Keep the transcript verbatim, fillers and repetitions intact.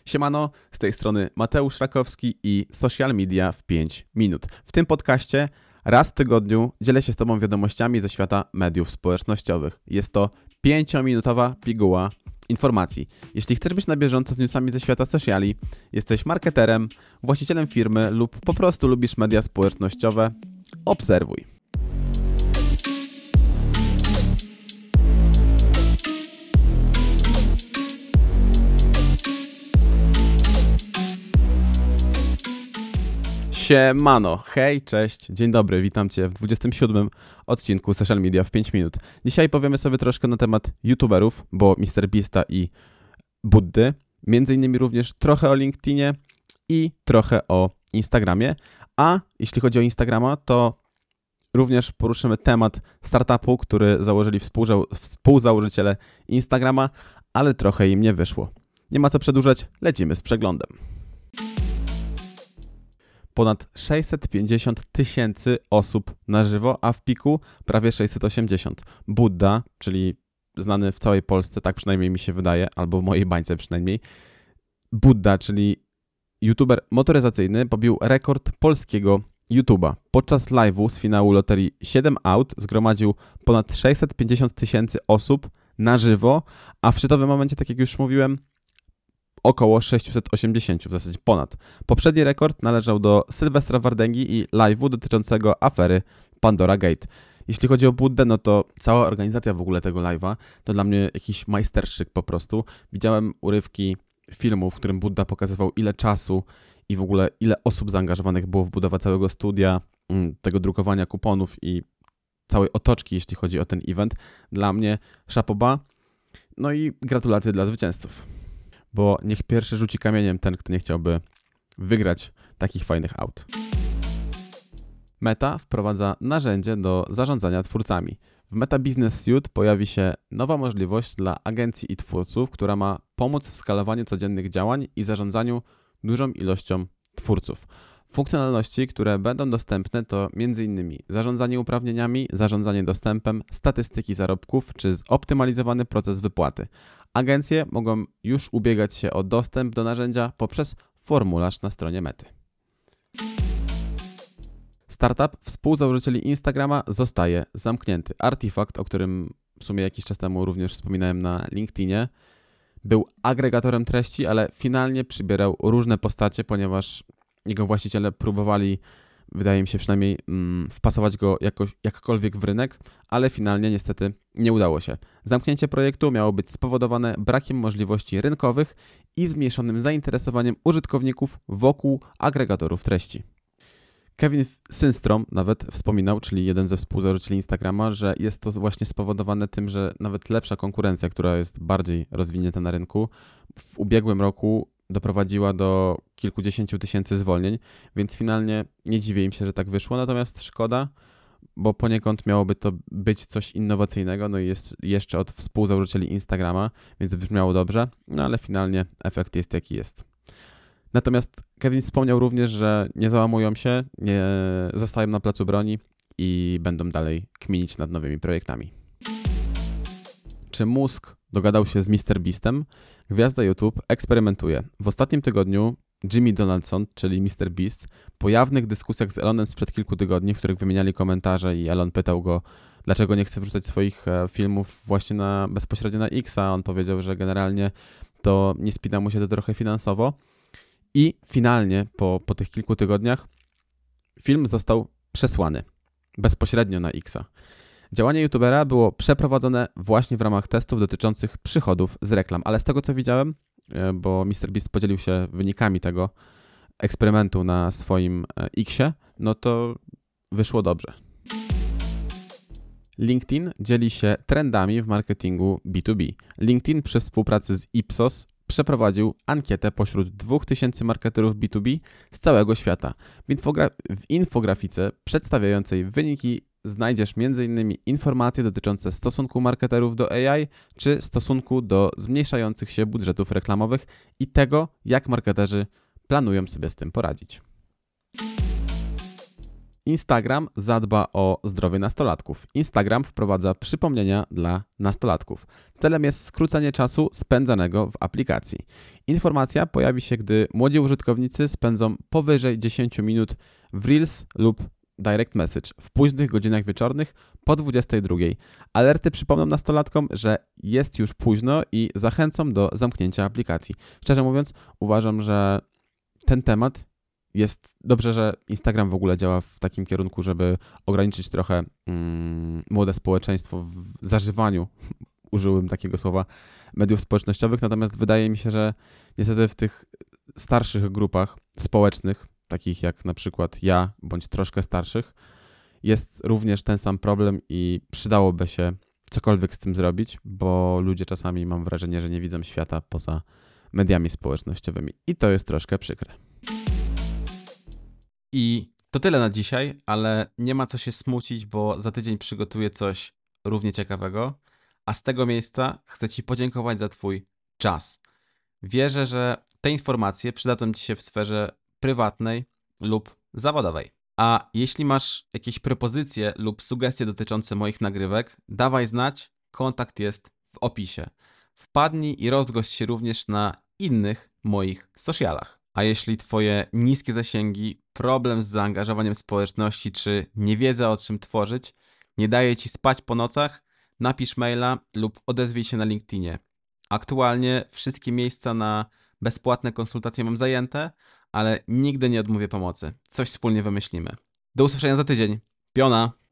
Siemano, z tej strony Mateusz Rakowski i Social Media w pięć minut. W tym podcaście raz w tygodniu dzielę się z Tobą wiadomościami ze świata mediów społecznościowych. Jest to pięciominutowa piguła informacji. Jeśli chcesz być na bieżąco z newsami ze świata sociali, jesteś marketerem, właścicielem firmy lub po prostu lubisz media społecznościowe, obserwuj. Siemano, hej, cześć, dzień dobry, witam Cię w dwudziestym siódmym odcinku Social Media w pięć minut. Dzisiaj powiemy sobie troszkę na temat youtuberów, bo MrBeasta i Buddy, między innymi również trochę o LinkedInie i trochę o Instagramie, a jeśli chodzi o Instagrama, to również poruszymy temat startupu, który założyli współza- współzałożyciele Instagrama, ale trochę im nie wyszło. Nie ma co przedłużać, lecimy z przeglądem. Ponad sześćset pięćdziesiąt tysięcy osób na żywo, a w piku prawie sześćset osiemdziesiąt. Budda, czyli znany w całej Polsce, tak przynajmniej mi się wydaje, albo w mojej bańce przynajmniej. Budda, czyli youtuber motoryzacyjny, pobił rekord polskiego YouTube'a. Podczas live'u z finału loterii siedem aut zgromadził ponad sześćset pięćdziesiąt tysięcy osób na żywo, a w szczytowym momencie, tak jak już mówiłem, około sześćset osiemdziesiąt, w zasadzie ponad. Poprzedni rekord należał do Sylwestra Wardęgi i live'u dotyczącego afery Pandora Gate. Jeśli chodzi o Buddę, no to cała organizacja w ogóle tego live'a to dla mnie jakiś majsterszczyk po prostu. Widziałem urywki filmu, w którym Budda pokazywał, ile czasu i w ogóle ile osób zaangażowanych było w budowę całego studia, tego drukowania kuponów i całej otoczki, jeśli chodzi o ten event. Dla mnie szapoba, no i gratulacje dla zwycięzców. Bo niech pierwszy rzuci kamieniem ten, kto nie chciałby wygrać takich fajnych aut. Meta wprowadza narzędzie do zarządzania twórcami. W Meta Business Suite pojawi się nowa możliwość dla agencji i twórców, która ma pomóc w skalowaniu codziennych działań i zarządzaniu dużą ilością twórców. Funkcjonalności, które będą dostępne, to między innymi zarządzanie uprawnieniami, zarządzanie dostępem, statystyki zarobków czy zoptymalizowany proces wypłaty. Agencje mogą już ubiegać się o dostęp do narzędzia poprzez formularz na stronie Mety. Startup współzałożycieli Instagrama zostaje zamknięty. Artifact, o którym w sumie jakiś czas temu również wspominałem na LinkedInie, był agregatorem treści, ale finalnie przybierał różne postacie, ponieważ jego właściciele próbowali, wydaje mi się przynajmniej, mm, wpasować go jakoś, jakkolwiek w rynek, ale finalnie niestety nie udało się. Zamknięcie projektu miało być spowodowane brakiem możliwości rynkowych i zmniejszonym zainteresowaniem użytkowników wokół agregatorów treści. Kevin Systrom nawet wspominał, czyli jeden ze współzałożycieli Instagrama, że jest to właśnie spowodowane tym, że nawet lepsza konkurencja, która jest bardziej rozwinięta na rynku, w ubiegłym roku doprowadziła do kilkudziesięciu tysięcy zwolnień, więc finalnie nie dziwię im się, że tak wyszło, natomiast szkoda, bo poniekąd miałoby to być coś innowacyjnego, no i jest jeszcze od współzałożycieli Instagrama, więc brzmiało dobrze, no ale finalnie efekt jest jaki jest. Natomiast Kevin wspomniał również, że nie załamują się, nie zostają na placu broni i będą dalej kminić nad nowymi projektami. Czy mózg dogadał się z MrBeastem? Gwiazda YouTube eksperymentuje. W ostatnim tygodniu Jimmy Donaldson, czyli MrBeast, po jawnych dyskusjach z Elonem sprzed kilku tygodni, w których wymieniali komentarze i Elon pytał go, dlaczego nie chce wrzucać swoich filmów właśnie na, bezpośrednio na Xa. On powiedział, że generalnie to nie spina mu się to trochę finansowo. I finalnie po, po tych kilku tygodniach film został przesłany bezpośrednio na Xa. Działanie youtubera było przeprowadzone właśnie w ramach testów dotyczących przychodów z reklam, ale z tego co widziałem, bo MrBeast podzielił się wynikami tego eksperymentu na swoim Xie, no to wyszło dobrze. LinkedIn dzieli się trendami w marketingu B dwa B. LinkedIn przy współpracy z Ipsos przeprowadził ankietę pośród dwóch tysięcy marketerów B dwa B z całego świata. W, infogra- w infografice przedstawiającej wyniki znajdziesz między innymi informacje dotyczące stosunku marketerów do A I czy stosunku do zmniejszających się budżetów reklamowych i tego, jak marketerzy planują sobie z tym poradzić. Instagram zadba o zdrowie nastolatków. Instagram wprowadza przypomnienia dla nastolatków. Celem jest skrócenie czasu spędzanego w aplikacji. Informacja pojawi się, gdy młodzi użytkownicy spędzą powyżej dziesięć minut w Reels lub Direct Message w późnych godzinach wieczornych po dwudziestej drugiej. Alerty przypomną nastolatkom, że jest już późno i zachęcą do zamknięcia aplikacji. Szczerze mówiąc, uważam, że ten temat jest dobrze, że Instagram w ogóle działa w takim kierunku, żeby ograniczyć trochę mm, młode społeczeństwo w zażywaniu, użyłem takiego słowa, mediów społecznościowych, natomiast wydaje mi się, że niestety w tych starszych grupach społecznych, takich jak na przykład ja, bądź troszkę starszych, jest również ten sam problem i przydałoby się cokolwiek z tym zrobić, bo ludzie czasami, mam wrażenie, że nie widzą świata poza mediami społecznościowymi i to jest troszkę przykre. I to tyle na dzisiaj, ale nie ma co się smucić, bo za tydzień przygotuję coś równie ciekawego, a z tego miejsca chcę Ci podziękować za Twój czas. Wierzę, że te informacje przydadzą Ci się w sferze prywatnej lub zawodowej. A jeśli masz jakieś propozycje lub sugestie dotyczące moich nagrywek, dawaj znać, kontakt jest w opisie. Wpadnij i rozgość się również na innych moich socialach. A jeśli Twoje niskie zasięgi, problem z zaangażowaniem społeczności czy niewiedza o czym tworzyć nie daje Ci spać po nocach, napisz maila lub odezwij się na LinkedInie. Aktualnie wszystkie miejsca na bezpłatne konsultacje mam zajęte, ale nigdy nie odmówię pomocy. Coś wspólnie wymyślimy. Do usłyszenia za tydzień. Piona!